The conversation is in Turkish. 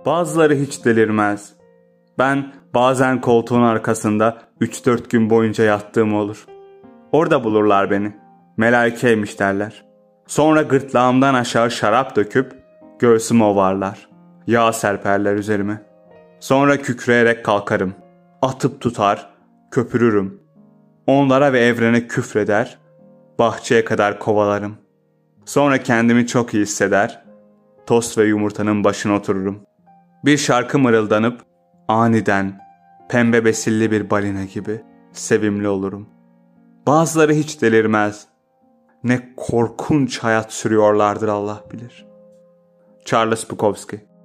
Bazıları hiç delirmez. Ben bazen koltuğun arkasında 3-4 gün boyunca yattığım olur. Orada bulurlar beni. Melaikeymiş derler. Sonra gırtlağımdan aşağı şarap döküp göğsümü ovarlar. Yağ serperler üzerime. Sonra kükreyerek kalkarım. Atıp tutar, köpürürüm. Onlara ve evrene küfreder, bahçeye kadar kovalarım. Sonra kendimi çok iyi hisseder, tost ve yumurtanın başına otururum. Bir şarkı mırıldanıp aniden pembe besilli bir balina gibi sevimli olurum. Bazıları hiç delirmez. Ne korkunç hayat sürüyorlardır Allah bilir. Charles Bukowski.